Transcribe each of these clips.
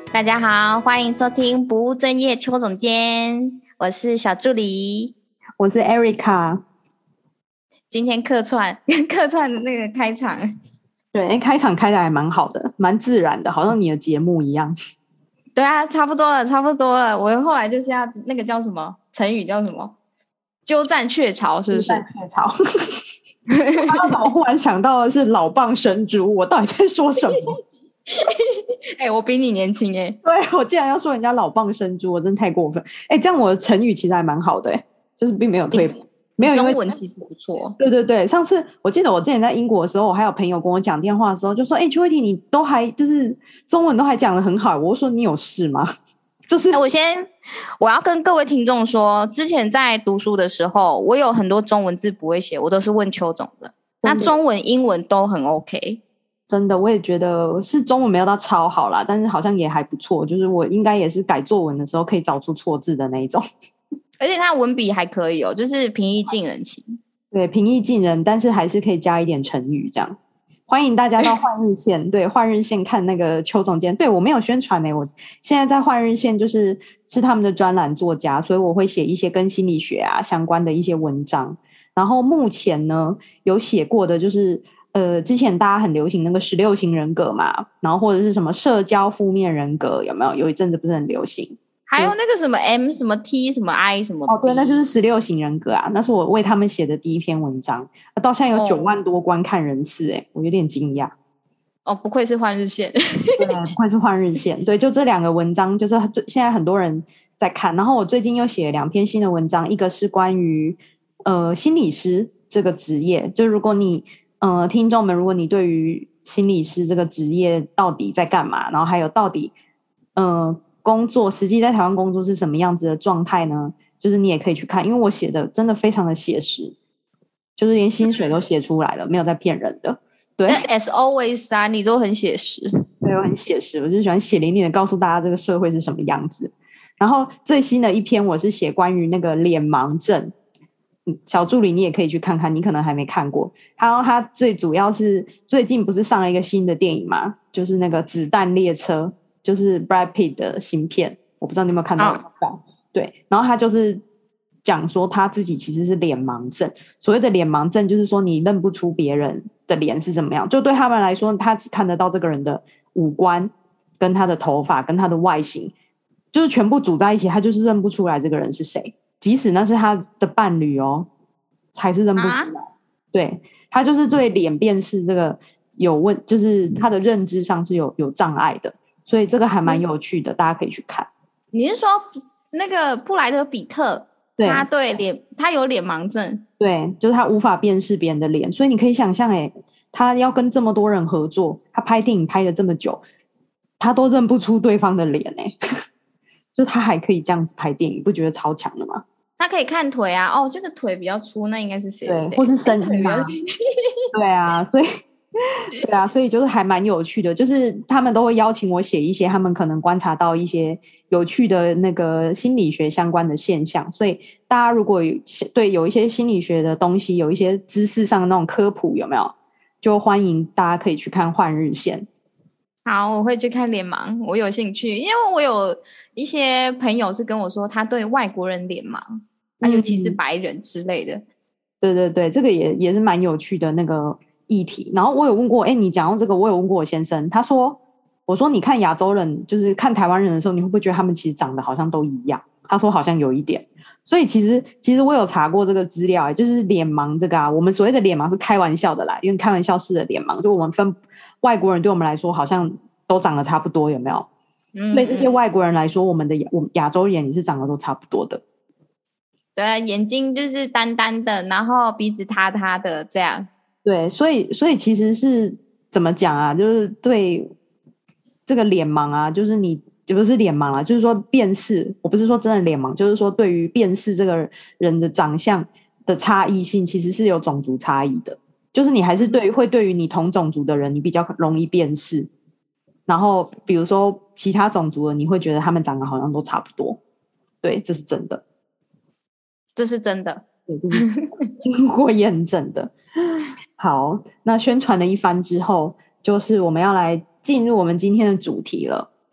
大家好，欢迎收听不务正业邱总监，我是小助理， 我是 Erica。 今天客串的那个开场， 对，开场开的还蛮好的，蛮自然的，好像你的节目一样。 对啊，差不多了。我后来就是要那个叫什么成语叫什么？鸠占鹊巢，是不是？ 鸠占鹊巢。我怎么忽然想到的是老蚌生珠？我到底在说什么？ 我比你年轻对，我竟然要说人家老蚌生珠，我真的太过分。这样我的成语其实还蛮好的就是并没有退步。没有， 中文其实不错。 对，上次我记得我之前在英国的时候，我还有朋友跟我讲电话的时候就说邱慧婷你都还就是中文都还讲得很好，我说你有事吗？就是我要跟各位听众说，之前在读书的时候我有很多中文字不会写，我都是问邱总的，那中文英文都很 OK。 真的我也觉得是中文没有到超好啦，但是好像也还不错，就是我应该也是改作文的时候可以找出错字的那一种。 而且他文笔还可以就是平易近人型。 对，平易近人，但是还是可以加一点成语这样。欢迎大家到换日线对，换日线看那个邱总监。对，我没有宣传我现在在换日线是他们的专栏作家，所以我会写一些跟心理学相关的一些文章。然后目前呢有写过的就是之前大家很流行那个16型人格嘛，然后或者是什么社交负面人格，有没有？有一阵子不是很流行。 还有那个什么 M 什么 T 什么 I 什么 B。 对，那就是16型人格那是我为他们写的第一篇文章，到现在有9万多观看人次我有点惊讶。 不愧是换日线。 对，不愧是换日线。对，就这2个文章就是现在很多人在看。然后我最近又写了2篇新的文章，一个是关于心理师这个职业，就如果你听众们，如果你对于心理师这个职业到底在干嘛，然后还有到底工作实际在台湾工作是什么样子的状态呢，就是你也可以去看，因为我写的真的非常的写实，就是连薪水都写出来了，没有在骗人的。对 ，as always 你都很写实。 对，我很写实，我就喜欢血淋淋的告诉大家这个社会是什么样子。然后最新的一篇我是写关于那个脸盲症，小助理你也可以去看看，你可能还没看过。然后他最主要是最近不是上了一个新的电影吗？就是那个子弹列车，就是 Brad Pitt 的新片，我不知道你有没有看到。对，然后他就是讲说他自己其实是脸盲症。所谓的脸盲症就是说你认不出别人的脸是怎么样，就对他们来说他只看得到这个人的五官跟他的头发跟他的外形，就是全部组在一起，他就是认不出来这个人是谁，即使那是他的伴侣还是认不出来。对，他就是对脸辨识这个就是他的认知上是有障碍的，所以这个还蛮有趣的，大家可以去看。 你是说那个布莱德比特他有脸盲症？ 对，就是他无法辨识别人的脸，所以你可以想象他要跟这么多人合作，他拍电影拍了这么久，他都认不出对方的脸就他还可以这样子拍电影，不觉得超强的吗？ 他可以看腿这个腿比较粗，那应该是谁？ 对，或是声音对啊，所以就是还蛮有趣的，就是他们都会邀请我写一些他们可能观察到一些有趣的那个心理学相关的现象，所以大家如果有一些心理学的东西，有一些知识上的那种科普，有没有？就欢迎大家可以去看换日线。 好，我会去看脸盲，我有兴趣，因为我有一些朋友是跟我说他对外国人脸盲，尤其是白人之类的。 对，这个也是蛮有趣的那个议题。然后我有问过你讲到这个，我有问过我先生，我说你看亚洲人就是看台湾人的时候，你会不会觉得他们其实长得好像都一样？他说好像有一点。所以其实我有查过这个资料就是脸盲这个我们所谓的脸盲是开玩笑的啦，因为开玩笑式的脸盲，就我们分外国人对我们来说好像都长得差不多，有没有？对这些外国人来说，我们亚洲人也是长得都差不多的。 对啊，眼睛就是单单的，然后鼻子塌塌的这样。 对，所以其实是怎么讲就是对这个脸盲就是你也不是脸盲就是说辨识，我不是说真的脸盲，就是说对于辨识这个人的长相的差异性，其实是有种族差异的。就是你还是会对于你同种族的人，你比较容易辨识。然后比如说其他种族的，你会觉得他们长得好像都差不多。对，这是真的。 这是真的。 对，这是经过验证的。好，那宣传了一番之后，就是我们要来进入我们今天的主题了。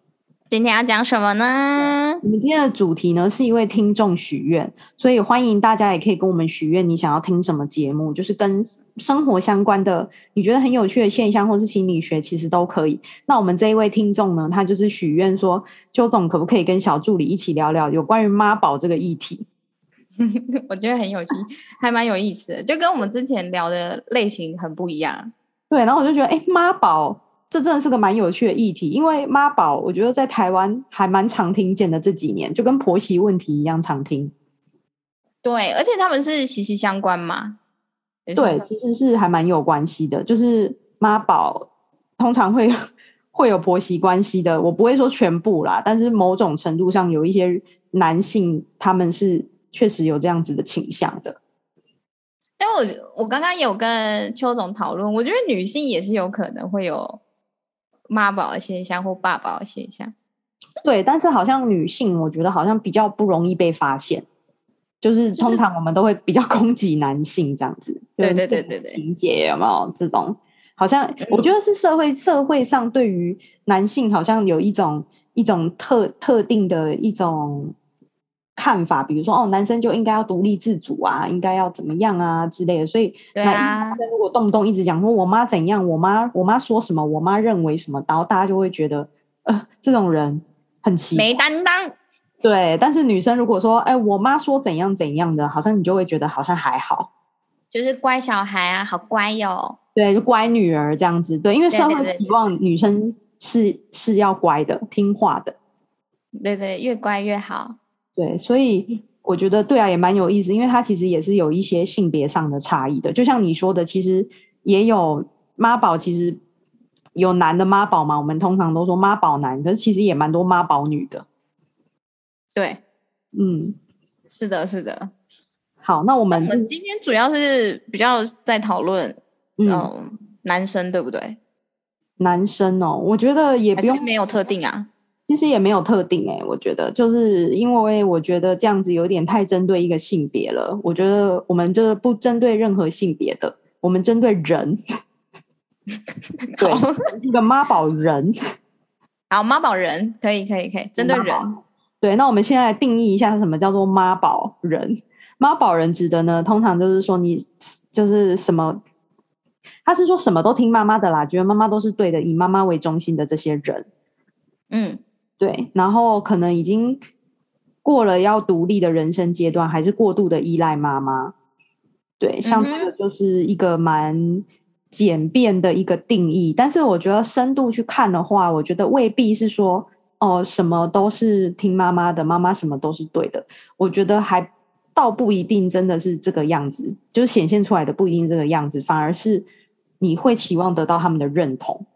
今天要讲什么呢？ 我们今天的主题呢是一位听众许愿，所以欢迎大家也可以跟我们许愿，你想要听什么节目，就是跟生活相关的，你觉得很有趣的现象或是心理学，其实都可以。那我们这一位听众呢，他就是许愿说，邱总可不可以跟小助理一起聊聊有关于妈宝这个议题？ 我觉得很有趣，还蛮有意思的，就跟我们之前聊的类型很不一样。 对，然后我就觉得，妈宝这真的是个蛮有趣的议题，因为妈宝我觉得在台湾还蛮常听见的，这几年就跟婆媳问题一样常听。 对，而且他们是息息相关嘛。 对，其实是还蛮有关系的，就是妈宝通常会有婆媳关系的，我不会说全部啦，但是某种程度上有一些男性他们是确实有这样子的倾向的。 但我刚刚有跟邱总讨论，我觉得女性也是有可能会有妈宝的现象或爸宝的现象。 对，但是好像女性我觉得好像比较不容易被发现，就是通常我们都会比较攻击男性这样子。 对， 情节有没有这种？好像我觉得是社会上对于男性好像有一种特定的一种看法，比如说男生就应该要独立自主啊，应该要怎么样啊之类的。所以男生如果动不动一直讲说我妈怎样，我妈说什么，我妈认为什么，然后大家就会觉得这种人很奇怪， 没担当。 对，但是女生如果说我妈说怎样怎样的，好像你就会觉得好像还好， 就是乖小孩啊，好乖哟。 对，就乖女儿这样子。对，因为社会希望女生是要乖的、听话的。 对，越乖越好。 对，所以我觉得对啊，也蛮有意思，因为它其实也是有一些性别上的差异的。就像你说的，其实也有妈宝，其实有男的妈宝嘛，我们通常都说妈宝男，可是其实也蛮多妈宝女的。 对，是的。 好，那我们今天主要是比较在讨论，男生对不对？ 男生我觉得也不用， 没有特定啊。 其实也没有特定我觉得就是因为我觉得这样子有点太针对一个性别了。我觉得我们就不针对任何性别的，我们针对人。对，一个妈宝人。 好，妈宝人可以，针对人。 对，那我们现在来定义一下什么叫做妈宝人。妈宝人指的呢，通常就是说你就是什么，他是说什么都听妈妈的啦，觉得妈妈都是对的，以妈妈为中心的这些人。对，然后可能已经过了要独立的人生阶段，还是过度的依赖妈妈。对，像这个就是一个蛮简便的一个定义，但是我觉得深度去看的话，我觉得未必是说什么都是听妈妈的，妈妈什么都是对的。我觉得还倒不一定真的是这个样子，就是显现出来的不一定这个样子，反而是你会期望得到他们的认同，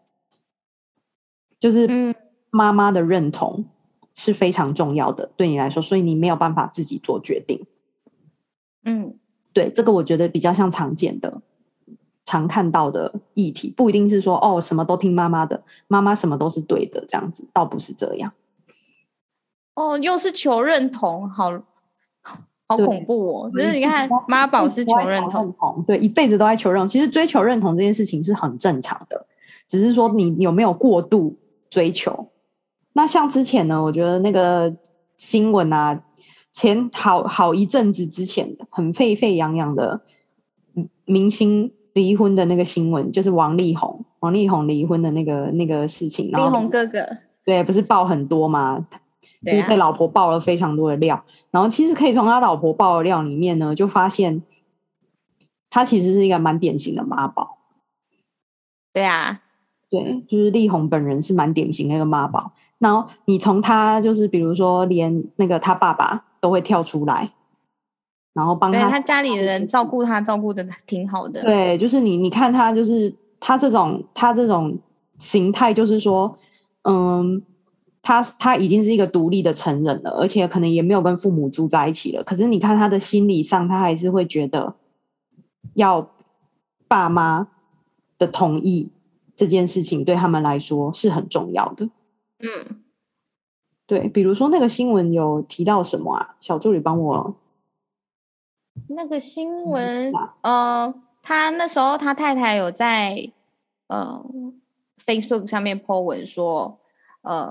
就是妈妈的认同是非常重要的，对你来说，所以你没有办法自己做决定。对，这个我觉得比较像常见的、常看到的议题，不一定是说什么都听妈妈的，妈妈什么都是对的，这样子倒不是这样。 又是求认同，好恐怖哦！就是你看妈宝是求认同， 对，一辈子都在求认同。其实追求认同这件事情是很正常的，只是说你有没有过度追求。那像之前呢，我觉得那个新闻啊，好一阵子之前很沸沸扬扬的明星离婚的那个新闻，就是王力宏离婚的那个事情。 力宏哥哥， 对，不是爆很多吗？就是被老婆爆了非常多的料，然后其实可以从他老婆爆的料里面呢，就发现他其实是一个蛮典型的妈宝。 对啊， 对，就是力宏本人是蛮典型的一个妈宝。然后你从他就是比如说连那个他爸爸都会跳出来，然后帮他家里的人照顾他，照顾的挺好的。 对，就是你看他就是他这种形态，就是说他已经是一个独立的成人了，而且可能也没有跟父母住在一起了。可是你看他的心理上，他还是会觉得要爸妈的同意这件事情对他们来说是很重要的。对，比如说那个新闻有提到什么啊？小助理帮我。 那个新闻，他那时候他太太有在Facebook 上面 po 文说，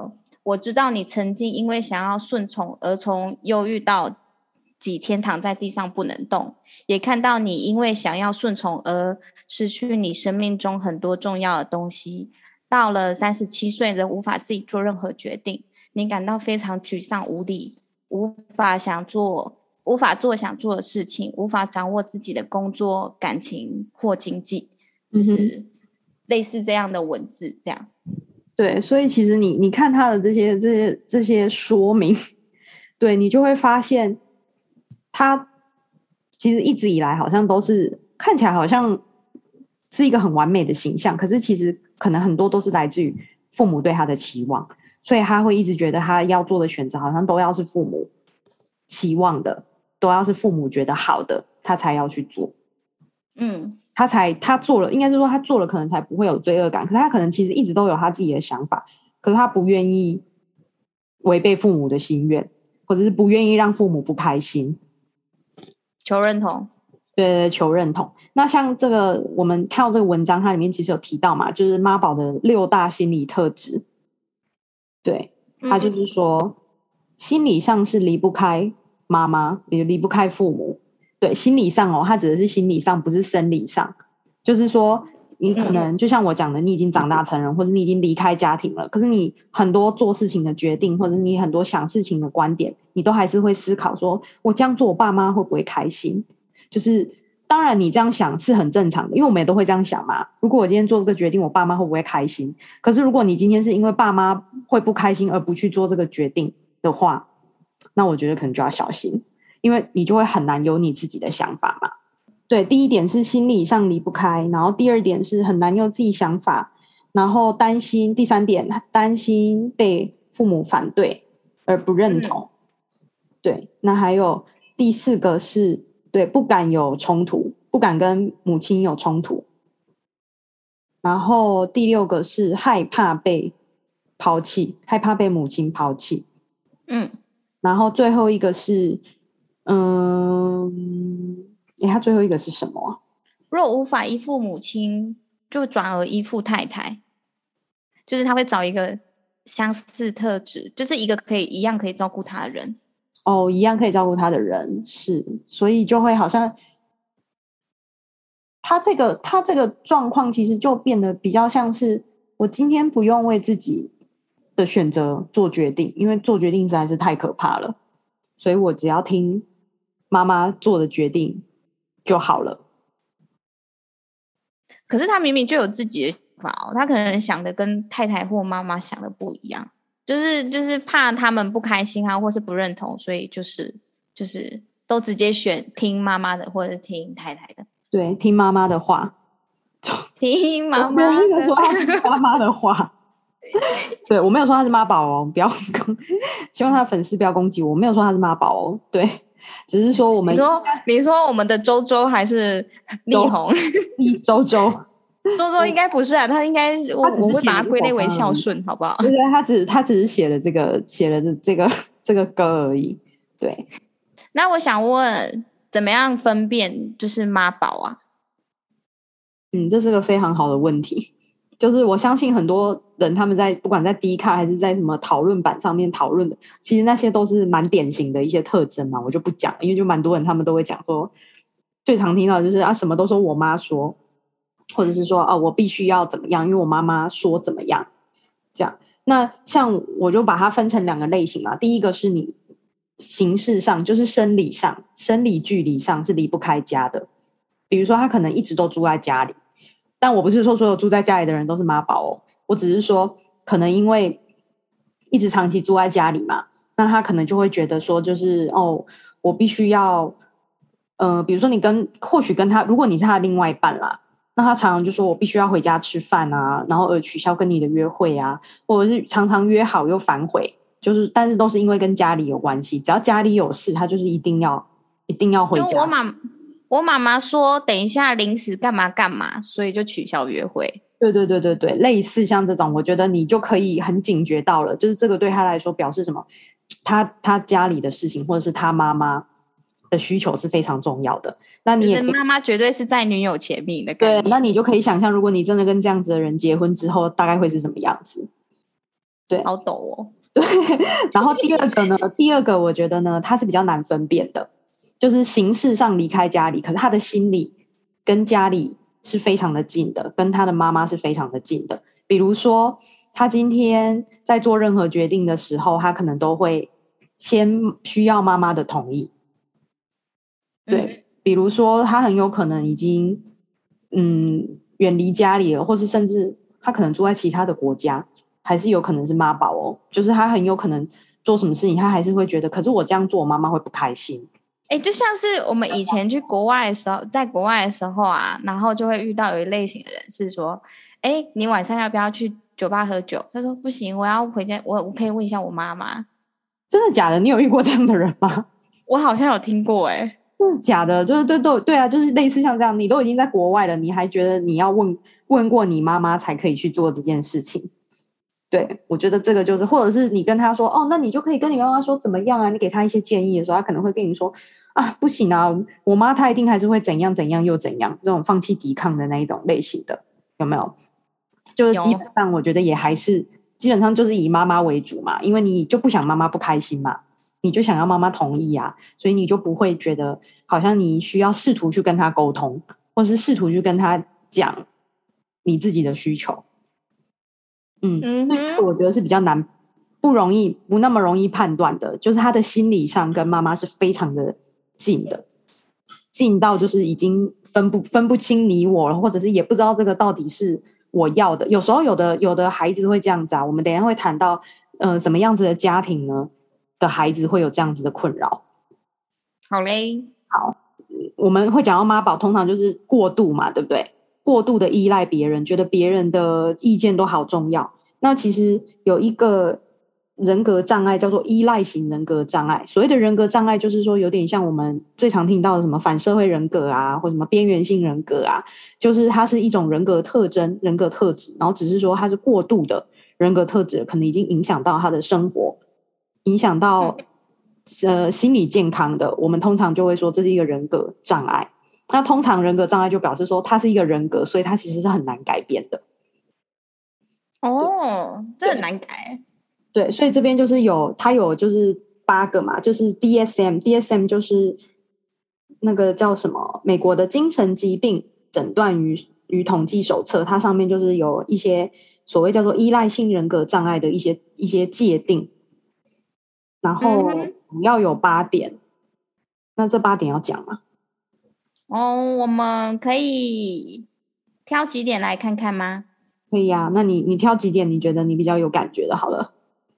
我知道你曾经因为想要顺从而从忧郁到几天躺在地上不能动，也看到你因为想要顺从而失去你生命中很多重要的东西，到了37岁仍无法自己做任何决定，你感到非常沮丧无力，无法做想做的事情，无法掌握自己的工作、感情或经济，就是类似这样的文字这样。 对，所以其实你看他的这些说明，对，你就会发现他其实一直以来好像都是看起来好像是一个很完美的形象，可是其实可能很多都是来自于父母对他的期望，所以他会一直觉得他要做的选择好像都要是父母期望的，都要是父母觉得好的，他才要去做。他做了，应该是说他做了可能才不会有罪恶感，可是他可能其实一直都有他自己的想法，可是他不愿意违背父母的心愿，或者是不愿意让父母不开心， 求认同。 对，求认同。那像这个我们看到这个文章，它里面其实有提到嘛，就是妈宝的6大心理特质。对，他就是说心理上是离不开妈妈，也离不开父母。对，心理上他指的是心理上，不是生理上。就是说你可能就像我讲的，你已经长大成人，或者你已经离开家庭了，可是你很多做事情的决定，或者你很多想事情的观点，你都还是会思考说，我这样做我爸妈会不会开心。就是当然你这样想是很正常的，因为我们也都会这样想嘛，如果我今天做这个决定我爸妈会不会开心，可是如果你今天是因为爸妈会不开心而不去做这个决定的话，那我觉得可能就要小心，因为你就会很难有你自己的想法嘛。对，第一点是心理上离不开，然后第二点是很难有自己想法，然后担心，第三点担心被父母反对而不认同。对，那还有第四个是对不敢有冲突，不敢跟母亲有冲突。然后第6个是害怕被抛弃，害怕被母亲抛弃。然后最后一个是他最后一个是什么啊？ 若无法依附母亲，就转而依附太太，就是他会找一个相似特质，就是一个一样可以照顾他的人。 一样可以照顾他的人，是，所以就会好像他这个状况其实就变得比较像是我今天不用为自己的选择做决定，因为做决定实在是太可怕了，所以我只要听妈妈做的决定就好了。 可是他明明就有自己的想法他可能想的跟太太或妈妈想的不一样，就是怕他们不开心或是不认同，所以就是都直接选听妈妈的或者听太太的。 对，听妈妈的话， 听妈妈的。 我没有说他听妈妈的话。对，我没有说他是妈宝不要希望他的粉丝不要攻击我没有说他是妈宝对，只是说我们你说我们的周周还是力宏？ 周周应该不是他应该我会把它归类为孝顺，好不好？ 对，他只是写了这个歌而已。对， 那我想问，怎么样分辨就是妈宝啊？ 这是个非常好的问题。就是我相信很多人他们不管在 Dcard 还是在什么讨论版上面讨论的，其实那些都是蛮典型的一些特征嘛，我就不讲，因为就蛮多人他们都会讲说，最常听到的就是什么都说我妈说，或者是说我必须要怎么样，因为我妈妈说怎么样这样。那像我就把它分成2个类型嘛，第一个是你形式上就是生理距离上是离不开家的，比如说他可能一直都住在家里，但我不是说所有住在家里的人都是妈宝我只是说可能因为一直长期住在家里嘛，那他可能就会觉得说就是我必须要比如说或许跟他，如果你是他的另外一半啦，那他常常就说我必须要回家吃饭啊，然后而取消跟你的约会啊，或者是常常约好又反悔，但是都是因为跟家里有关系，只要家里有事他就是一定要回家。 我妈妈说等一下临时干嘛干嘛，所以就取消约会。 对，类似像这种，我觉得你就可以很警觉到了，就是这个对他来说表示什么，他家里的事情或者是他妈妈的需求是非常重要的。那你也妈妈绝对是在女友前面的概念。 对，那你就可以想象，如果你真的跟这样子的人结婚之后，大概会是什么样子。对， 好陡对，然后第二个我觉得呢，他是比较难分辨的，就是形式上离开家里，可是他的心里跟家里是非常的近的，跟他的妈妈是非常的近的。比如说，他今天在做任何决定的时候，他可能都会先需要妈妈的同意。对，比如说他很有可能已经远离家里了，或是甚至他可能住在其他的国家，还是有可能是妈宝哦。就是他很有可能做什么事情，他还是会觉得，可是我这样做，我妈妈会不开心。 就像是我们以前去国外的时候，在国外的时候啊，然后就会遇到有一类型的人是说，你晚上要不要去酒吧喝酒？他说不行，我要回家，我可以问一下我妈妈。 真的假的？你有遇过这样的人吗？ 我好像有听过真的假的？就是对啊，就是类似像这样，你都已经在国外了，你还觉得你要问过你妈妈才可以去做这件事情？对，我觉得这个就是，或者是你跟他说，哦，那你就可以跟你妈妈说怎么样啊？你给他一些建议的时候，他可能会跟你说，啊，不行啊，我妈她一定还是会怎样怎样又怎样，这种放弃抵抗的那一种类型的，有没有？就是基本上我觉得也还是基本上就是以妈妈为主嘛，因为你就不想妈妈不开心嘛，你就想要妈妈同意啊，所以你就不会觉得好像你需要试图去跟他沟通，或是试图去跟他讲你自己的需求。所以这个我觉得是比较难，不那么容易判断的，就是他的心理上跟妈妈是非常的近的，近到就是已经分不清你我了，或者是也不知道这个到底是我要的。有时候有的孩子会这样子啊，我们等一下会谈到怎么样子的家庭呢的孩子会有这样子的困扰。 好嘞， 好，我们会讲到妈宝，通常就是过度嘛，对不对？过度的依赖别人，觉得别人的意见都好重要。那其实有一个人格障碍叫做依赖型人格障碍。所谓的人格障碍，就是说有点像我们最常听到的什么反社会人格啊，或什么边缘性人格啊，就是它是一种人格特征、人格特质，然后只是说它是过度的人格特质，可能已经影响到他的生活，影响到心理健康的，我们通常就会说这是一个人格障碍。那通常人格障碍就表示说它是一个人格，所以它其实是很难改变的。 这很难改。 对，所以这边就是它有就是8个嘛，就是 DSM 就是那个叫什么美国的精神疾病诊断与统计手册，它上面就是有一些所谓叫做依赖性人格障碍的一些界定，然后主要有8点。那这8点要讲吗？ 我们可以挑几点来看看吗？ 可以啊，那你挑几点你觉得你比较有感觉的好了。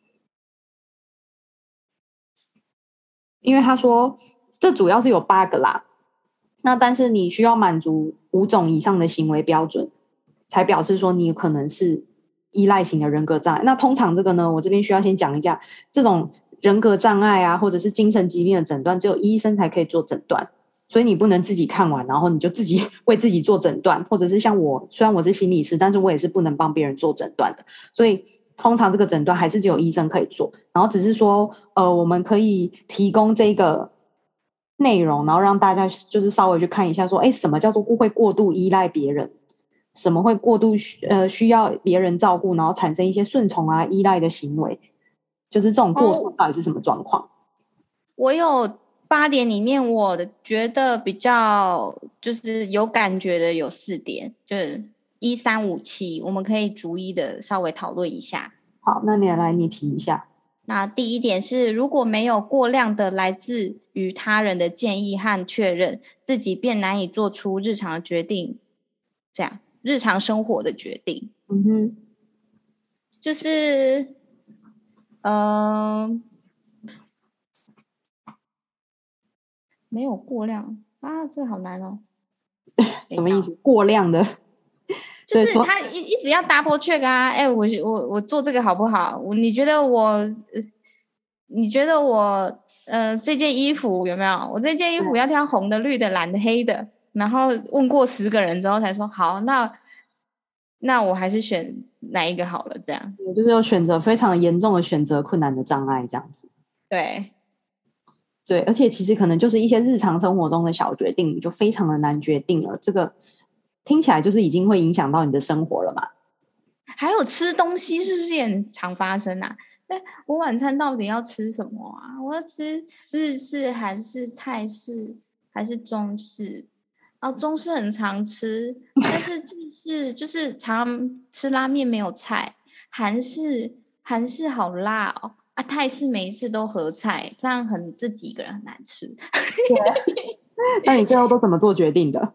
因为他说这主要是有8个啦，那但是你需要满足5种以上的行为标准，才表示说你可能是依赖型的人格障碍。那通常这个呢，我这边需要先讲一下，这种人格障碍啊，或者是精神疾病的诊断，只有医生才可以做诊断，所以你不能自己看完，然后你就自己为自己做诊断，或者是像我，虽然我是心理师，但是我也是不能帮别人做诊断的，所以通常这个诊断还是只有医生可以做，然后只是说我们可以提供这个内容，然后让大家就是稍微去看一下说，什么叫做会过度依赖别人，什么会过度需要别人照顾，然后产生一些顺从啊依赖的行为，就是这种过度到底是什么状况？ 我有8点里面，我觉得比较就是有感觉的有4点，就是1、3、5、7，我们可以逐一的稍微讨论一下。 好，那你提一下。 那第1点是，如果没有过量的来自于他人的建议和确认，自己便难以做出日常的决定，这样日常生活的决定。就是没有过量啊，这好难哦。 什么意思？过量的， 就是他一直要 double check 啊！我做这个好不好？你觉得我这件衣服有没有？我这件衣服要挑红的、绿的、蓝的、黑的，然后问过10个人之后才说好，那我还是选哪一个好了？这样就是有选择非常严重的选择困难的障碍，这样子。对，而且其实可能就是一些日常生活中的小决定，就非常的难决定了。这个听起来就是已经会影响到你的生活了嘛。 还有吃东西是不是也很常发生啊？ 我晚餐到底要吃什么啊？我要吃日式、韩式、泰式还是中式？中式很常吃，但是日式就是常吃拉面没有菜。韩式好辣哦，泰式每一次都合菜，这样自己一个人很难吃。 对，那你最后都怎么做决定的？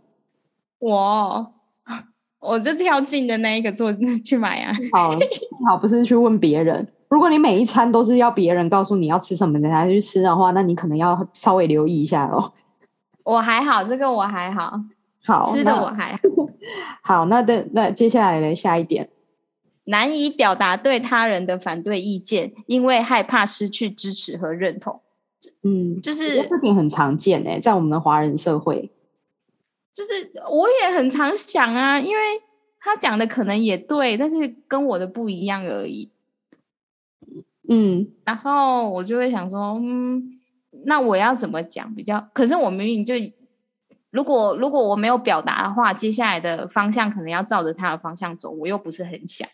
我就挑近的那一个去买啊。 幸好不是去问别人。如果你每一餐都是要别人告诉你要吃什么你才去吃的话，那你可能要稍微留意一下咯。 我还好，这个我还好， 好， 吃的我还好。 好，那接下来的下一点， 难以表达对他人的反对意见，因为害怕失去支持和认同。就是这点很常见在我们的华人社会。 就是我也很常想啊，因为他讲的可能也对，但是跟我的不一样而已。然后我就会想说，那我要怎么讲比较？可是我明明就，如果我没有表达的话，接下来的方向可能要照着他的方向走，我又不是很想。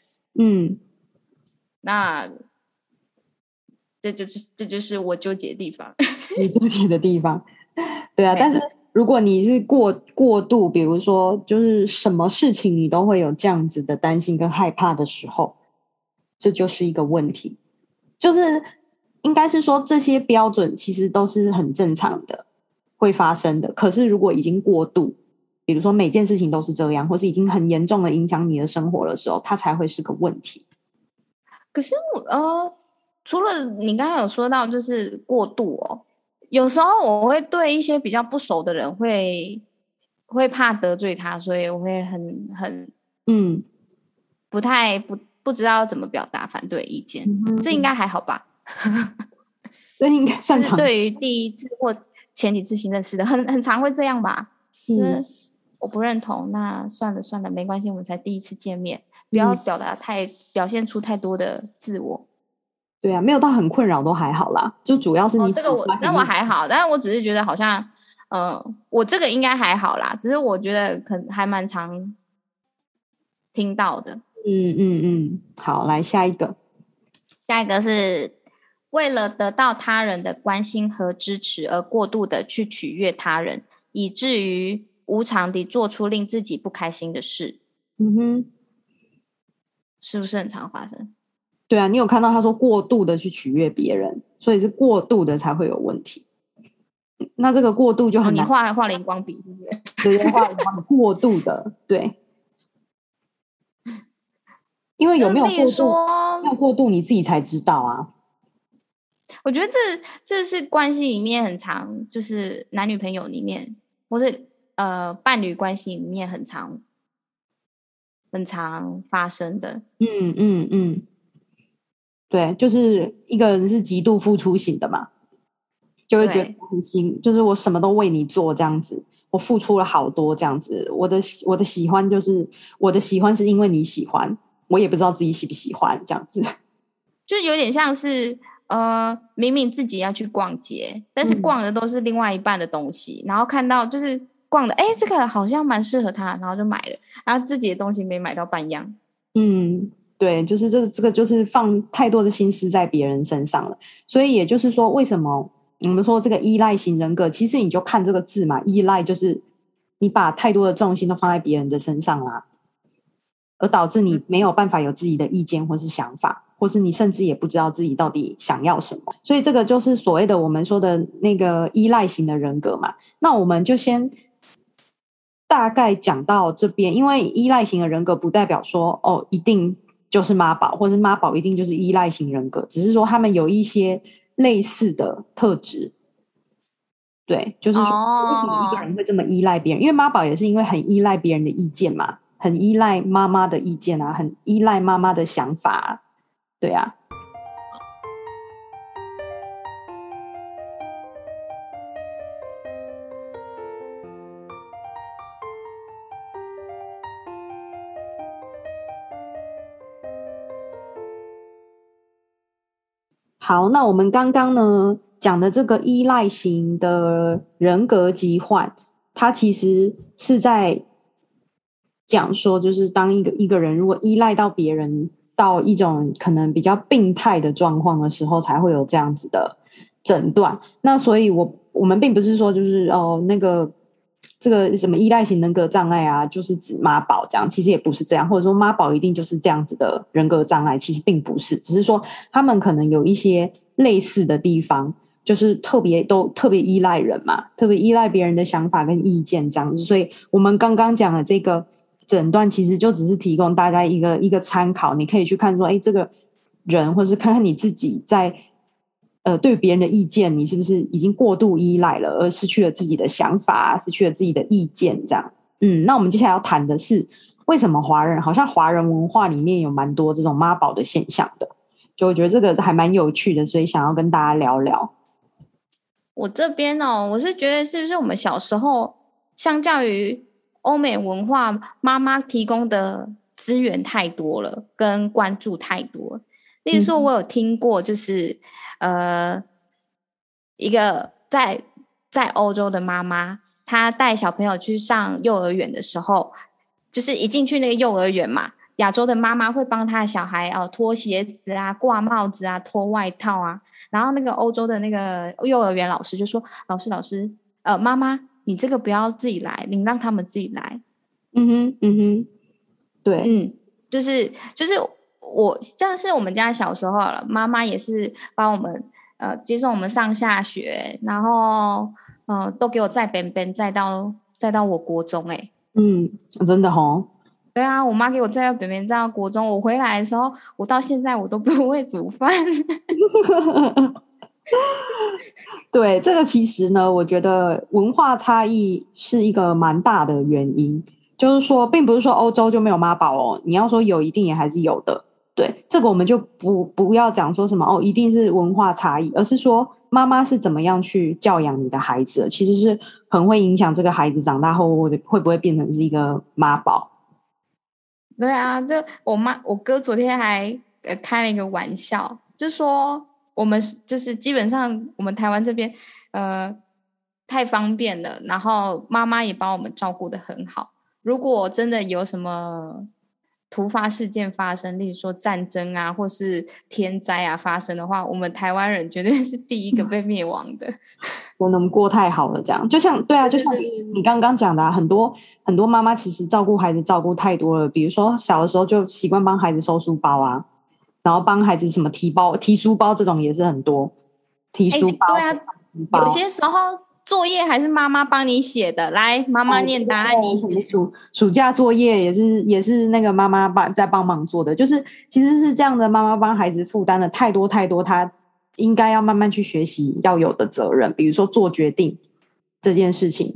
那这就是我纠结的地方。 你纠结的地方，对啊。但是如果你是过度，比如说就是什么事情你都会有这样子的担心跟害怕的时候，这就是一个问题。就是应该是说这些标准其实都是很正常的，会发生的。可是如果已经过度，比如说每件事情都是这样，或是已经很严重的影响你的生活的时候，它才会是个问题。 可是除了你刚刚有说到就是过度有时候我会对一些比较不熟的人会怕得罪他，所以我会很不知道怎么表达反对意见。这应该还好吧？ 这应该算就是对于第一次或前几次新认识的很常会这样吧。就是我不认同，那算了没关系，我们才第一次见面，不要表现出太多的自我。 对啊，没有到很困扰都还好啦，就主要是你这个我还好，但是我只是觉得好像我这个应该还好啦，只是我觉得可能还蛮常听到的。 好，来下一个是为了得到他人的关心和支持而过度的去取悦他人，以至于无偿地做出令自己不开心的事。是不是很常发生？ 对啊，你有看到他说过度的去取悦别人，所以是过度的才会有问题。那这个过度就很难。 你画荧光笔是不是？ 对，画荧光笔过度的，对。因为有没有过度，你自己才知道啊。 我觉得这是关系里面很常，就是男女朋友里面，或是伴侣关系里面很常发生的。 对，就是一个人是极度付出型的嘛，就会觉得很就是我什么都为你做这样子，我付出了好多这样子。我的喜欢就是我的喜欢是因为你喜欢，我也不知道自己喜不喜欢这样子， 就有点像是明明自己要去逛街，但是逛的都是另外一半的东西，然后看到就是逛的，这个好像蛮适合他，然后就买了，然后自己的东西没买到半样。 对，就是这个就是放太多的心思在别人身上了。所以也就是说，为什么我们说这个依赖型人格，其实你就看这个字嘛，依赖就是你把太多的重心都放在别人的身上啦，而导致你没有办法有自己的意见或是想法，或是你甚至也不知道自己到底想要什么。所以这个就是所谓的我们说的那个依赖型的人格嘛。那我们就先大概讲到这边，因为依赖型的人格不代表说一定就是妈宝，或是妈宝一定就是依赖型人格，只是说他们有一些类似的特质。对，就是说为什么一个人会这么依赖别人？因为妈宝也是因为很依赖别人的意见嘛，很依赖妈妈的意见啊，很依赖妈妈的想法啊，对啊。好，那我们刚刚呢讲的这个依赖型的人格疾患，它其实是在讲说，就是当一个人如果依赖到别人到一种可能比较病态的状况的时候，才会有这样子的诊断。那所以我们并不是说就是那个这个什么依赖型人格障碍啊，就是指妈宝这样，其实也不是这样，或者说妈宝一定就是这样子的人格障碍，其实并不是，只是说他们可能有一些类似的地方，就是特别依赖人嘛，特别依赖别人的想法跟意见这样子。所以我们刚刚讲的这个诊断，其实就只是提供大家一个参考，你可以去看说，这个人或是看看你自己在对别人的意见，你是不是已经过度依赖了，而失去了自己的想法，失去了自己的意见这样。那我们接下来要谈的是，为什么好像华人文化里面有蛮多这种妈宝的现象的，就我觉得这个还蛮有趣的，所以想要跟大家聊聊。 我这边我是觉得是不是我们小时候相较于欧美文化，妈妈提供的资源太多了，跟关注太多了。例如说我有听过就是一个在欧洲的妈妈，她带小朋友去上幼儿园的时候，就是一进去那个幼儿园嘛，亚洲的妈妈会帮她的小孩脱鞋子啊、挂帽子啊、脱外套啊，然后那个欧洲的那个幼儿园老师就说：“老师，妈妈，你这个不要自己来，你让他们自己来。” 对， 就是我像是我们家小时候了，妈妈也是帮我们接送我们上下学，然后都给我载便便载到我国中真的齁。 对啊，我妈给我载到便便载到国中，我回来的时候，我到现在我都不会煮饭。 对，这个其实呢，我觉得文化差异是一个蛮大的原因。就是说，并不是说欧洲就没有妈宝哦，你要说有，一定也还是有的。对，这个我们就不要讲说什么一定是文化差异，而是说妈妈是怎么样去教养你的孩子的，其实是很会影响这个孩子长大后会不会变成是一个妈宝。 对啊，我哥昨天还开了一个玩笑，就说我们就是基本上我们台湾这边太方便了，然后妈妈也把我们照顾得很好。如果真的有什么突发事件发生，例如说战争啊，或是天灾啊发生的话，我们台湾人绝对是第一个被灭亡的。 我们过太好了，这样就像对啊，就像你刚刚讲的很多妈妈其实照顾孩子照顾太多了，比如说小的时候就习惯帮孩子收书包啊，然后帮孩子什么提书包这种也是很多，提书包。 对啊，有些时候作业还是妈妈帮你写的，来妈妈念答案你写。 暑假作业也是那个妈妈在帮忙做的，就是其实是这样的，妈妈帮孩子负担了太多，她应该要慢慢去学习要有的责任，比如说做决定这件事情。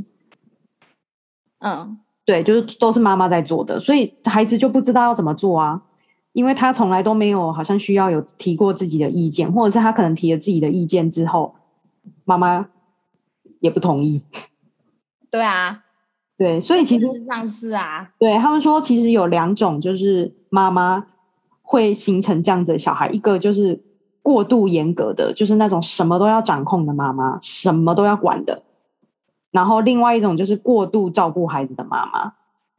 对，就是都是妈妈在做的，所以孩子就不知道要怎么做啊，因为他从来都没有好像需要有提过自己的意见，或者是他可能提了自己的意见之后，妈妈也不同意。 对啊， 对，所以其实上是啊， 对他们说，其实有两种，就是妈妈会形成这样子的小孩，一个就是过度严格的，就是那种什么都要掌控的妈妈，什么都要管的。然后另外一种就是过度照顾孩子的妈妈。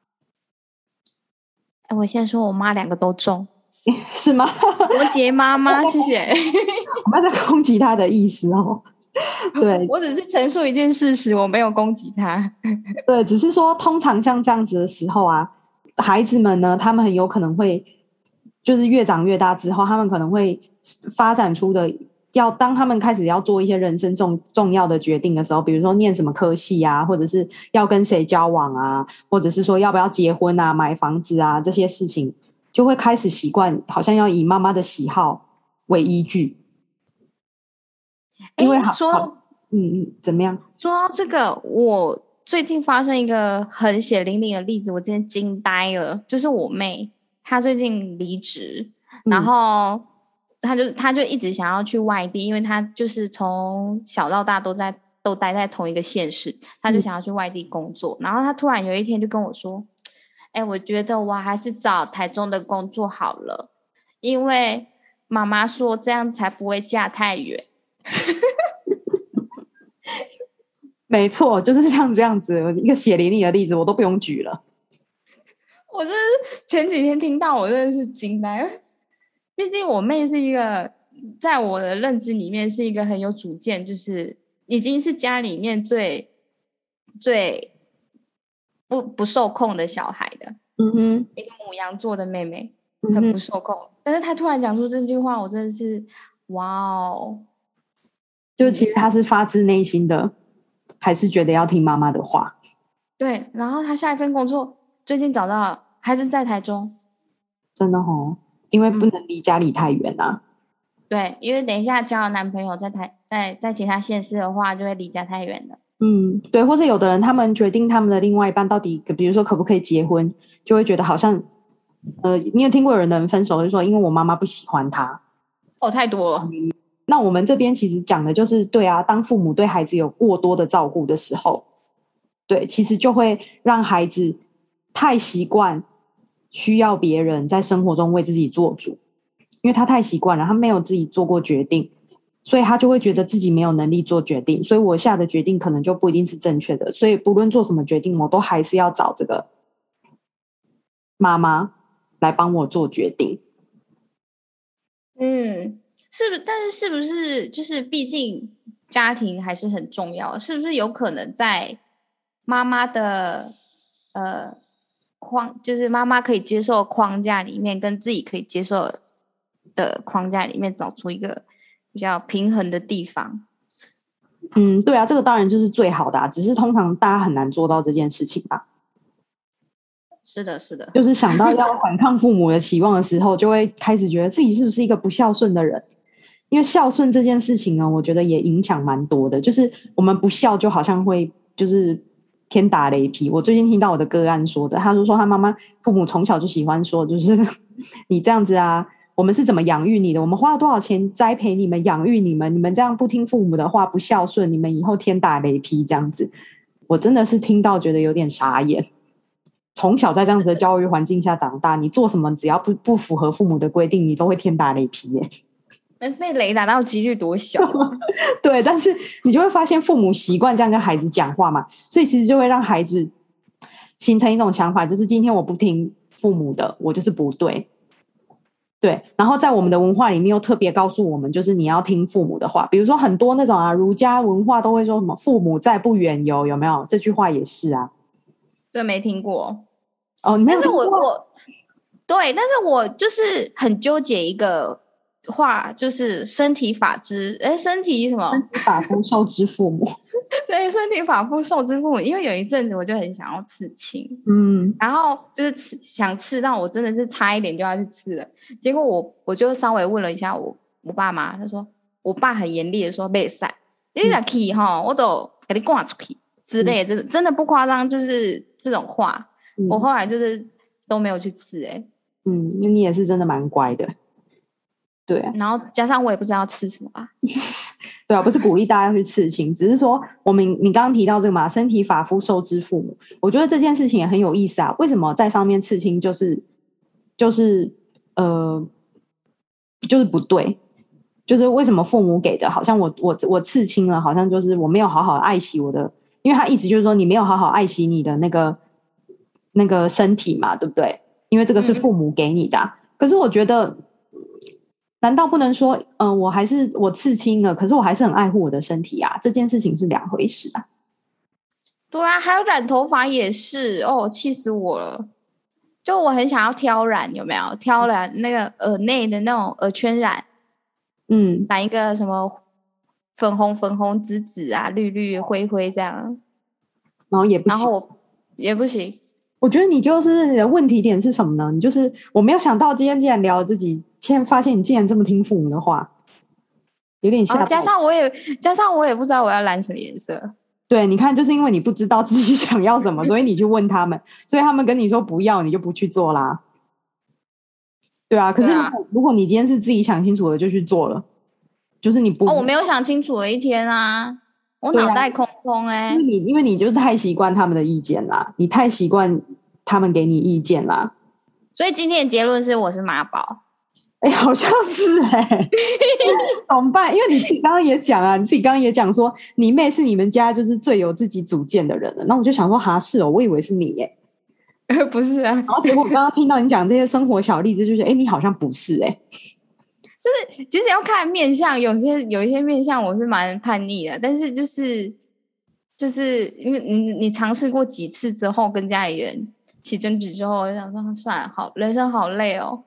我先说我妈两个都中。 是吗？ 摩羯妈妈，谢谢。 我们在攻击她的意思哦。对， 我只是陈述一件事实，我没有攻击她。 对，只是说通常像这样子的时候啊，孩子们呢，他们很有可能会就是越长越大之后，他们可能会发展出的当他们开始要做一些人生重要的决定的时候，比如说念什么科系啊，或者是要跟谁交往啊，或者是说要不要结婚啊、买房子啊，这些事情就会开始习惯好像要以妈妈的喜好为依据。因为怎么样？ 说到这个，我最近发生一个很血淋淋的例子，我今天惊呆了。就是我妹，她最近离职，然后她就一直想要去外地，因为她就是从小到大都待在同一个县市，她就想要去外地工作。然后她突然有一天就跟我说：“我觉得我还是找台中的工作好了，因为妈妈说这样才不会嫁太远。” 没错，就是像这样子一个血淋淋的例子，我都不用举了。 我真是前几天听到，我真的是惊呆了。 毕竟我妹是一个，在我的认知里面是一个很有主见，就是已经是家里面最不受控的小孩的。一个牡羊座的妹妹，很不受控。但是她突然讲出这句话，我真的是哇哦！ 就其实她是发自内心的，还是觉得要听妈妈的话。 对，然后她下一份工作最近找到了，还是在台中。 真的哦，因为不能离家里太远啊。 对，因为等一下交了男朋友在其他县市的话，就会离家太远了。 对，或者有的人他们决定他们的另外一半到底，比如说可不可以结婚，就会觉得好像，你有听过有人分手就说因为我妈妈不喜欢他。 哦，太多了。 那我们这边其实讲的就是，对啊，当父母对孩子有过多的照顾的时候，对，其实就会让孩子太习惯需要别人在生活中为自己做主，因为他太习惯了，他没有自己做过决定，所以他就会觉得自己没有能力做决定，所以我下的决定可能就不一定是正确的，所以不论做什么决定，我都还是要找这个妈妈来帮我做决定。 是不是就是毕竟家庭还是很重要，是不是有可能在妈妈的就是妈妈可以接受的框架里面，跟自己可以接受的框架里面找出一个比较平衡的地方？ 对啊，这个当然就是最好的只是通常大家很难做到这件事情吧。 是的，是的， 就是想到要反抗父母的期望的时候，就会开始觉得自己是不是一个不孝顺的人。因为孝顺这件事情呢，我觉得也影响蛮多的，就是我们不孝就好像会就是天打雷劈。我最近听到我的个案说的，他就说他妈妈父母从小就喜欢说，就是你这样子啊，我们是怎么养育你的，我们花了多少钱栽培你们养育你们，你们这样不听父母的话不孝顺，你们以后天打雷劈这样子。我真的是听到觉得有点傻眼。从小在这样子的教育环境下长大，你做什么只要不符合父母的规定，你都会天打雷劈耶。 被雷打到几率多小对，但是你就会发现父母习惯这样跟孩子讲话嘛，所以其实就会让孩子形成一种想法，就是今天我不听父母的，我就是不对。对，然后在我们的文化里面又特别告诉我们，就是你要听父母的话。比如说很多那种儒家文化都会说什么父母在不远游，有没有？这句话也是啊。 对，没听过。 哦，你没有听过？ 对，但是我就是很纠结一个话，就是身体发之身体什么？ 身体发肤受之父母。 对，身体发肤受之父母。因为有一阵子我就很想要刺青，然后就是想刺到我真的是差一点就要去刺了。结果我就稍微问了一下我爸妈，他说我爸很严厉的说没使，你若去哈，我都给你赶出去之类的，真的不夸张，就是这种话。我后来就是都没有去刺那你也是真的蛮乖的。对啊， 然后加上我也不知道吃什么吧。 对啊，不是鼓励大家去刺青，只是说你刚刚提到这个嘛，身体发肤受之父母，我觉得这件事情也很有意思啊。为什么在上面刺青就是不对？就是为什么父母给的，好像我刺青了，好像就是我没有好好爱惜我的，因为他意思就是说你没有好好爱惜你的那个身体嘛，对不对？因为这个是父母给你的可是我觉得难道不能说我刺青了，可是我还是很爱护我的身体啊，这件事情是两回事啊。 对啊，还有染头发也是气死我了。就我很想要挑染，有没有挑染那个耳内的那种耳圈染，染一个什么粉红紫紫啊，绿绿灰灰这样， 然后也不行， 然后也不行。 我觉得你就是问题点是什么呢？你就是我没有想到今天竟然聊自己，现在发现你竟然这么听父母的话，有点吓到。 加上我也不知道我要染什么颜色。 对，你看，就是因为你不知道自己想要什么，所以你去问他们，所以他们跟你说不要，你就不去做啦。对啊，可是如果你今天是自己想清楚了就去做了，就是你不我没有想清楚的一天啊，我脑袋空空因为你就是太习惯他们的意见啦，你太习惯他们给你意见啦， 所以今天的结论是我是妈宝。 好像是怎么办？因为你自己刚刚也讲啊，你自己刚刚也讲说你妹是你们家就是最有自己主见的人了，那我就想说哈是我以为是你耶。 不是啊， 然后结果刚刚听到你讲这些生活小例子，就觉得你好像不是其实要看面相，有一些面相我是蛮叛逆的，但是就是因为你尝试过几次之后，跟家里人起争执之后，我就想说算了，好，人生好累哦。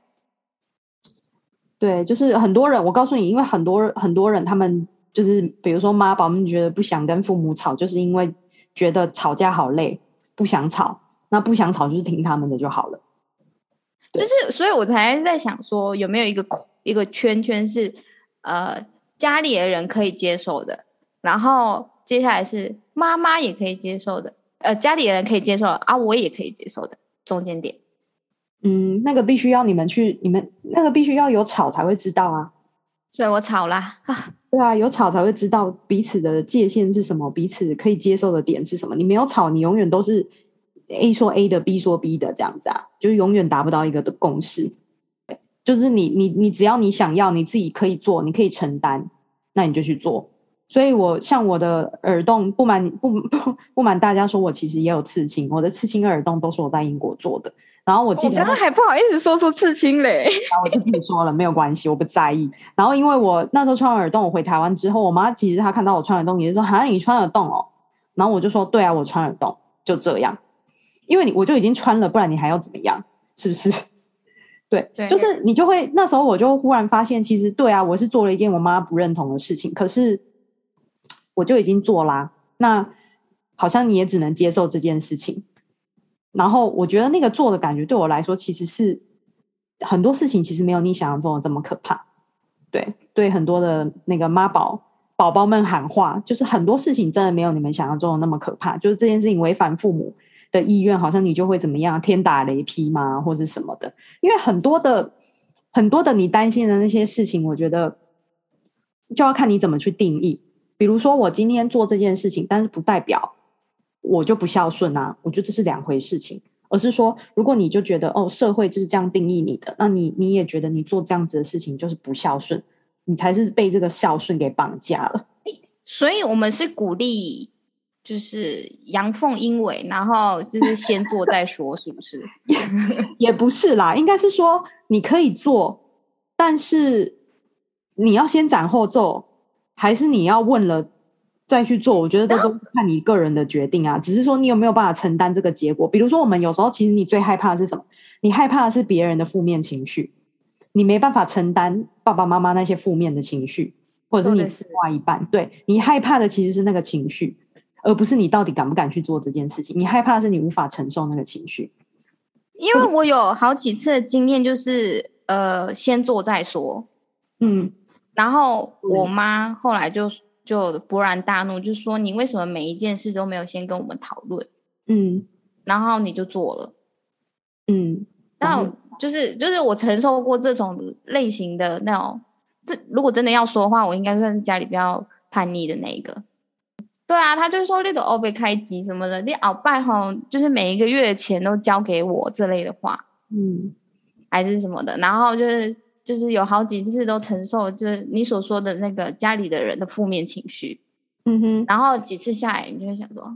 对，就是很多人，我告诉你，因为很多人他们就是比如说妈宝们觉得不想跟父母吵，就是因为觉得吵架好累，不想吵，那不想吵就是听他们的就好了。 就是所以我才在想说有没有一个圈圈是家里的人可以接受的，然后接下来是妈妈也可以接受的，家里的人可以接受啊，我也可以接受的中间点。 那个必须要你们那个必须要有吵才会知道啊。 所以我吵啦啊。 对啊，有吵才会知道彼此的界限是什么，彼此可以接受的点是什么。你没有吵，你永远都是 A 说 A 的，B 说 B 的这样子啊，就永远达不到一个的共识。就是你只要你想要，你自己可以做，你可以承担，那你就去做。所以像我的耳洞，不瞒大家说，我其实也有刺青，我的刺青跟耳洞都是我在英国做的。然后我记得刚刚还不好意思说出刺青嘞， 然后我就跟你说了，没有关系，我不在意。然后因为我那时候穿耳洞，我回台湾之后，我妈其实她看到我穿耳洞，也是说：“好像你穿耳洞哦。”然后我就说：“对啊，我穿耳洞，就这样。”因为我就已经穿了，不然你还要怎么样？是不是？对，就是你就会那时候我就忽然发现，其实对啊，我是做了一件我妈不认同的事情，可是我就已经做啦。那好像你也只能接受这件事情。然后我觉得那个做的感觉对我来说，其实是很多事情其实没有你想象中的这么可怕。对很多的那个妈宝宝们喊话，就是很多事情真的没有你们想象中的那么可怕。就是这件事情违反父母的意愿，好像你就会怎么样，天打雷劈吗，或是什么的？因为很多的你担心的那些事情，我觉得就要看你怎么去定义。比如说，我今天做这件事情，但是不代表我就不孝顺啊，我觉得这是两回事情。而是说，如果你就觉得社会就是这样定义你的，那你也觉得你做这样子的事情就是不孝顺，你才是被这个孝顺给绑架了。 所以我们是鼓励，就是阳奉阴违，然后就是先做再说，是不是？ 也不是啦，应该是说你可以做，但是你要先斩后奏，还是你要问了再去做？我觉得都看你个人的决定啊。只是说你有没有办法承担这个结果。比如说，我们有时候其实你最害怕的是什么？你害怕的是别人的负面情绪，你没办法承担爸爸妈妈那些负面的情绪，或者是你另外一半。对，你害怕的其实是那个情绪，而不是你到底敢不敢去做这件事情。你害怕的是你无法承受那个情绪。 因为我有好几次的经验，就是先做再说，然后我妈后来就勃然大怒，就说你为什么每一件事都没有先跟我们讨论，然后你就做了，然后就是我承受过这种类型的那种，如果真的要说的话，我应该算是家里比较叛逆的那一个。对啊，他就说你都被开机什么的，你鳌拜吼，就是每一个月的钱都交给我这类的话，还是什么的，然后就是有好几次都承受，就是你所说的那个家里的人的负面情绪，然后几次下来，你就会想说，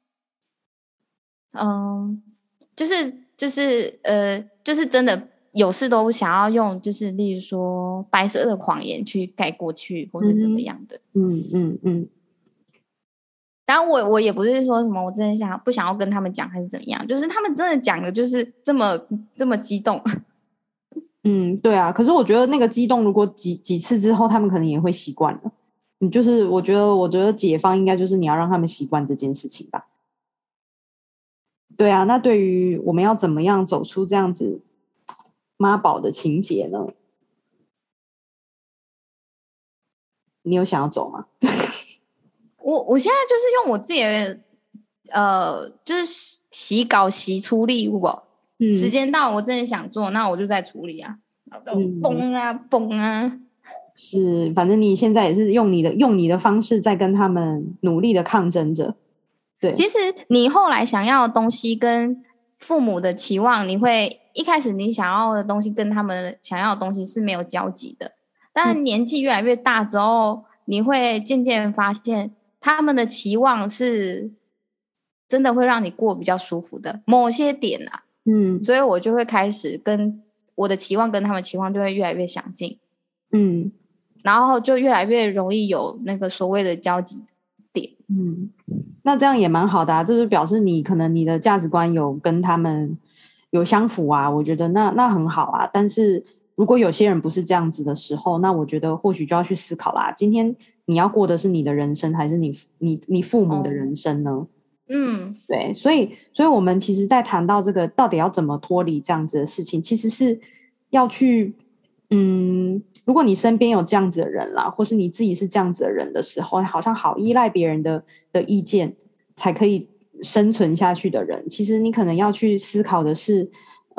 就是真的有事都想要用，就是例如说白色的谎言去盖过去，或是怎么样的，当然我也不是说什么我真的不想要跟他们讲还是怎么样，就是他们真的讲的就是这么激动。 对啊，可是我觉得那个激动，如果几次之后，他们可能也会习惯了。就是我觉得解放应该就是你要让他们习惯这件事情吧。对啊，那对于我们要怎么样走出这样子妈宝的情节呢？你有想要走吗？ 我现在就是用我自己的就是洗稿洗出力物哦，时间到我真的想做，那我就再处理啊，崩啊崩啊。 是，反正你现在也是用你的方式在跟他们努力的抗争着。对， 其实你后来想要的东西跟父母的期望，你会一开始你想要的东西跟他们想要的东西是没有交集的，但年纪越来越大之后，你会渐渐发现他们的期望是真的会让你过比较舒服的某些点啊，所以我就会开始跟我的期望跟他们期望就会越来越相近。 嗯然后就越来越容易有那个所谓的交集点。 那这样也蛮好的啊，就是表示你可能你的价值观有跟他们有相符啊，我觉得那很好啊。但是如果有些人不是这样子的时候，那我觉得或许就要去思考啦，今天你要过的是你的人生，还是你父母的人生呢？对，所以我们其实在谈到这个到底要怎么脱离这样子的事情，其实是要去，如果你身边有这样子的人啦，或是你自己是这样子的人的时候，好像好依赖别人的意见才可以生存下去的人，其实你可能要去思考的是，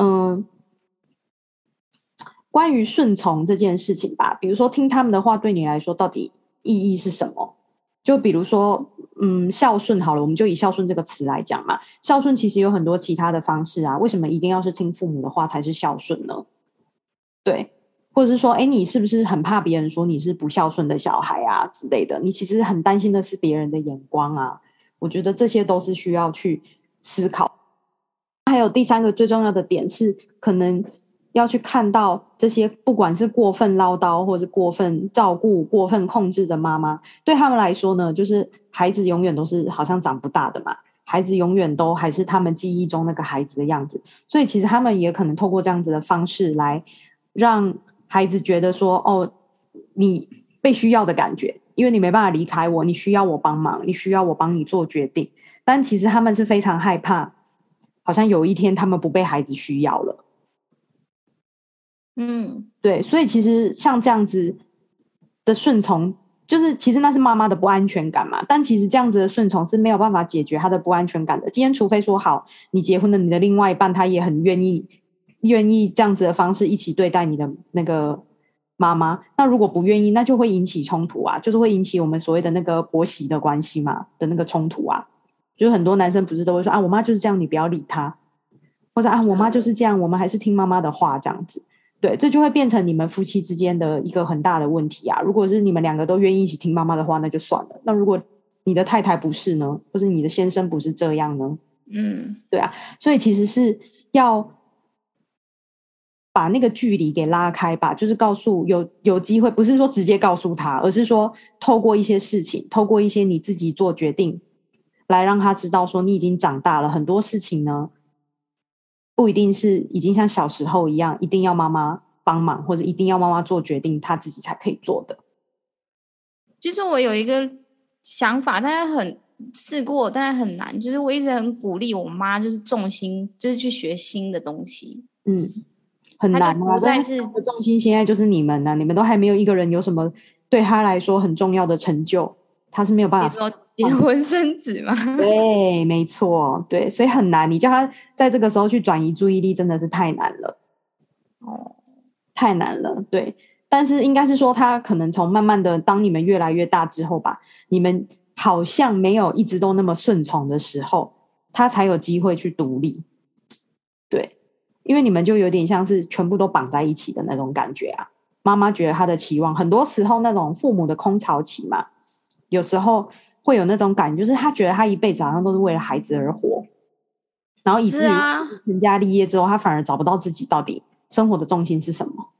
关于顺从这件事情吧。比如说听他们的话对你来说到底意义是什么？就比如说，孝顺好了，我们就以孝顺这个词来讲嘛。孝顺其实有很多其他的方式啊，为什么一定要是听父母的话才是孝顺呢？对，或者是说，哎，你是不是很怕别人说你是不孝顺的小孩啊之类的？你其实很担心的是别人的眼光啊。我觉得这些都是需要去思考。还有第三个最重要的点是，可能要去看到这些，不管是过分唠叨，或者是过分照顾、过分控制的妈妈，对他们来说呢，就是孩子永远都是好像长不大的嘛，孩子永远都还是他们记忆中那个孩子的样子，所以其实他们也可能透过这样子的方式来让孩子觉得说，哦，你被需要的感觉，因为你没办法离开我，你需要我帮忙，你需要我帮你做决定，但其实他们是非常害怕。好像有一天他们不被孩子需要了，对，所以其实像这样子的顺从，就是其实那是妈妈的不安全感嘛，但其实这样子的顺从是没有办法解决他的不安全感的。今天除非说好，你结婚了，你的另外一半他也很愿意这样子的方式一起对待你的那个妈妈，那如果不愿意，那就会引起冲突啊，就是会引起我们所谓的那个婆媳的关系嘛的那个冲突啊。就是很多男生不是都会说啊，我妈就是这样，你不要理她，或者啊，我妈就是这样，我们还是听妈妈的话这样子。对，这就会变成你们夫妻之间的一个很大的问题啊。如果是你们两个都愿意一起听妈妈的话，那就算了。那如果你的太太不是呢，或者你的先生不是这样呢？对啊，所以其实是要把那个距离给拉开吧，就是告诉有机会，不是说直接告诉他，而是说透过一些事情，透过一些你自己做决定，来让他知道说你已经长大了，很多事情呢不一定是已经像小时候一样，一定要妈妈帮忙，或者一定要妈妈做决定，他自己才可以做的。 其实我有一个想法，但是很试过，但是很难。就是我一直很鼓励我妈，就是重心，就是去学新的东西。 很难啊， 不再是重心现在就是你们啊，你们都还没有一个人有什么对他来说很重要的成就，他是没有办法。 你说结婚生子吗？ 对，没错，对，所以很难。你叫他在这个时候去转移注意力，真的是太难了。太难了。对，但是应该是说，他可能从慢慢的，当你们越来越大之后吧，你们好像没有一直都那么顺从的时候，他才有机会去独立。对，因为你们就有点像是全部都绑在一起的那种感觉啊。妈妈觉得她的期望，很多时候那种父母的空巢期嘛，有时候会有那种感觉，就是他觉得他一辈子好像都是为了孩子而活，然后以至于成家立业之后，他反而找不到自己到底生活的重心是什么。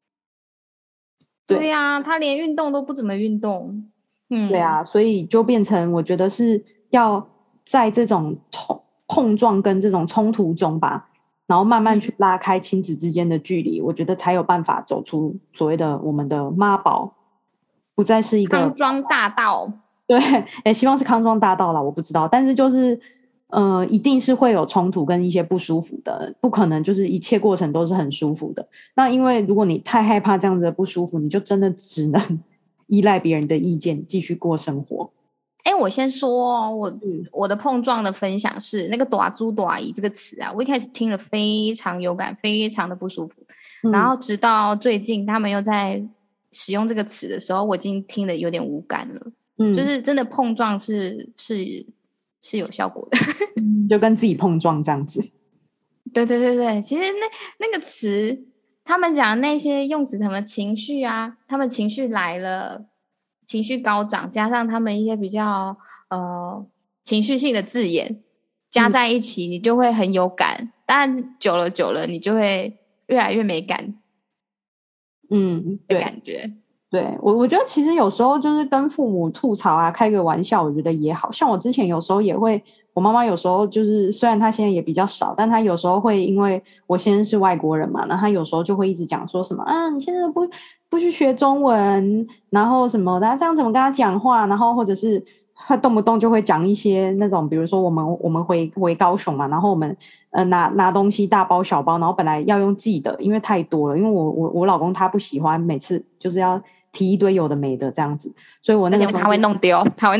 对啊，他连运动都不怎么运动。 对啊，所以就变成我觉得是要在这种碰撞跟这种冲突中吧，然后慢慢去拉开亲子之间的距离，我觉得才有办法走出所谓的我们的妈宝，不再是一个康庄大道。 对，希望是康庄大道啦，我不知道，但是就是一定是会有冲突跟一些不舒服的，不可能就是一切过程都是很舒服的。那因为如果你太害怕这样子的不舒服，你就真的只能依赖别人的意见继续过生活。 我先说我的碰撞的分享是那个短猪短姨这个词啊，我一开始听了非常有感，非常的不舒服，然后直到最近他们又在使用这个词的时候，我已经听得有点无感了。就是真的碰撞是有效果的。 就跟自己碰撞这样子。 对对对对，其实那个词，他们讲的那些用词，什么情绪啊，他们情绪来了，情绪高涨，加上他们一些比较情绪性的字眼加在一起，你就会很有感。但久了，你就会越来越没感。 的感觉。 对，我觉得其实有时候就是跟父母吐槽啊，开个玩笑，我觉得也好像我之前有时候也会，我妈妈有时候就是虽然她现在也比较少，但她有时候会因为我先生是外国人嘛，那她有时候就会一直讲说什么啊，你现在不去学中文，然后什么的，这样怎么跟他讲话？然后或者是他动不动就会讲一些那种，比如说我们回高雄嘛，然后我们拿东西大包小包，然后本来要用寄的，因为太多了，因为我老公他不喜欢每次就是要提一堆有的没的这样子，所以我那个时候他会弄丢，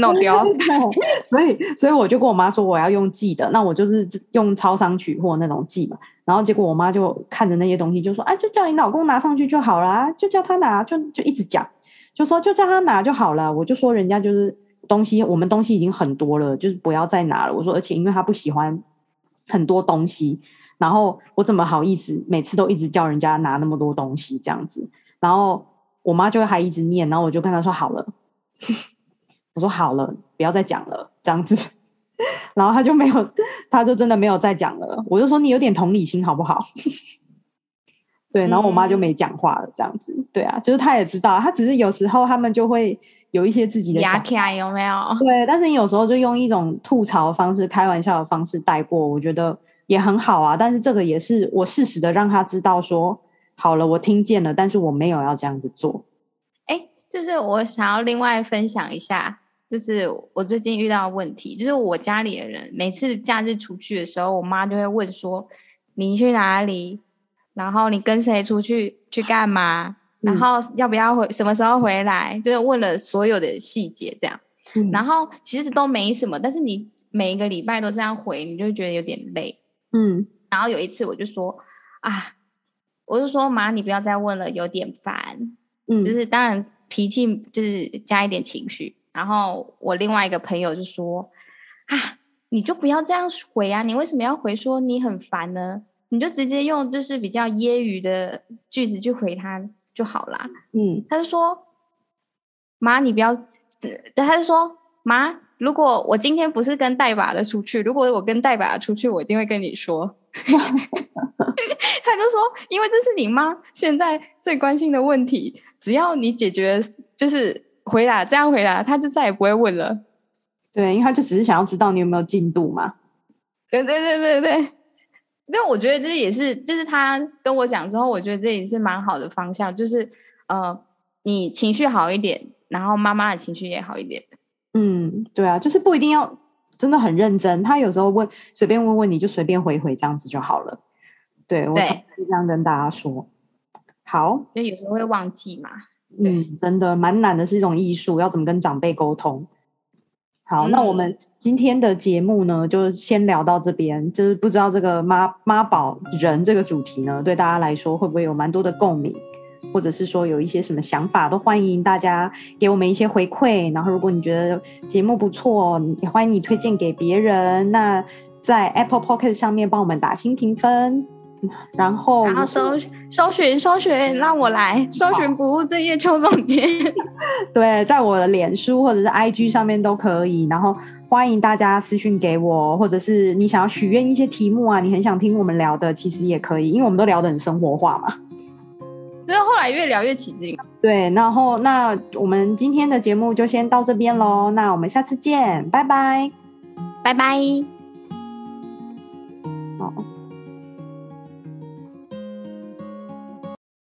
所以我就跟我妈说我要用寄的，那我就是用超商取货那种寄嘛。然后结果我妈就看着那些东西就说啊，就叫你老公拿上去就好啦，就叫他拿，就一直讲，就说就叫他拿就好了。我就说人家就是我们东西已经很多了，就是不要再拿了。我说而且因为他不喜欢很多东西，然后我怎么好意思每次都一直叫人家拿那么多东西这样子，然后我妈就还一直念，然后我就跟她说好了，我说好了，不要再讲了这样子。然后他就真的没有再讲了。我就说你有点同理心好不好？对，然后我妈就没讲话了，这样子。对啊，就是她也知道，她只是有时候他们就会有一些自己的想法， 有没有？ 对，但是你有时候就用一种吐槽的方式、开玩笑的方式带过，我觉得也很好啊。但是这个也是我适时的让他知道说，好了，我听见了，但是我没有要这样子做。 就是我想要另外分享一下。就是我最近遇到的问题，就是我家里的人每次假日出去的时候，我妈就会问说你去哪里，然后你跟谁出去干嘛，然后要不要什么时候回来，就是问了所有的细节这样。然后其实都没什么，但是你每一个礼拜都这样回，你就会觉得有点累。然后有一次我就说妈，你不要再问了，有点烦。就是当然脾气就是加一点情绪。然后我另外一个朋友就说你就不要这样回啊，你为什么要回说你很烦呢？你就直接用就是比较揶揄的句子去回他就好啦。他就说妈你不要，他就说妈，如果我今天不是跟代把的出去，如果我跟代把的出去，我一定会跟你说。他就说因为这是你妈现在最关心的问题，只要你解决就是这样回答，他就再也不会问了。 对，因为他就只是想要知道你有没有进度嘛。 对。因为我觉得这也是，就是他跟我讲之后，我觉得这也是蛮好的方向，就是你情绪好一点，然后妈妈的情绪也好一点。 对啊，就是不一定要真的很认真，他有时候随便问你就随便回这样子就好了。对，我才会这样跟大家说。好， 就有时候会忘记嘛。 真的蛮难的，是一种艺术，要怎么跟长辈沟通。好，那我们今天的节目呢，就先聊到这边。就是不知道这个妈宝人这个主题呢，对大家来说会不会有蛮多的共鸣，或者是说有一些什么想法，都欢迎大家给我们一些回馈。然后，如果你觉得节目不错，也欢迎你推荐给别人。那在 Apple Podcast 上面帮我们打星评分。然后搜寻，让我来搜寻不务正业邱总监。 对，在我的脸书或者是 IG 上面都可以。然后欢迎大家私讯给我，或者是你想要许愿一些题目啊，你很想听我们聊的，其实也可以，因为我们都聊得很生活化嘛。 就是后来越聊越起劲。 对，然后那我们今天的节目就先到这边咯，那我们下次见，拜拜， 拜拜。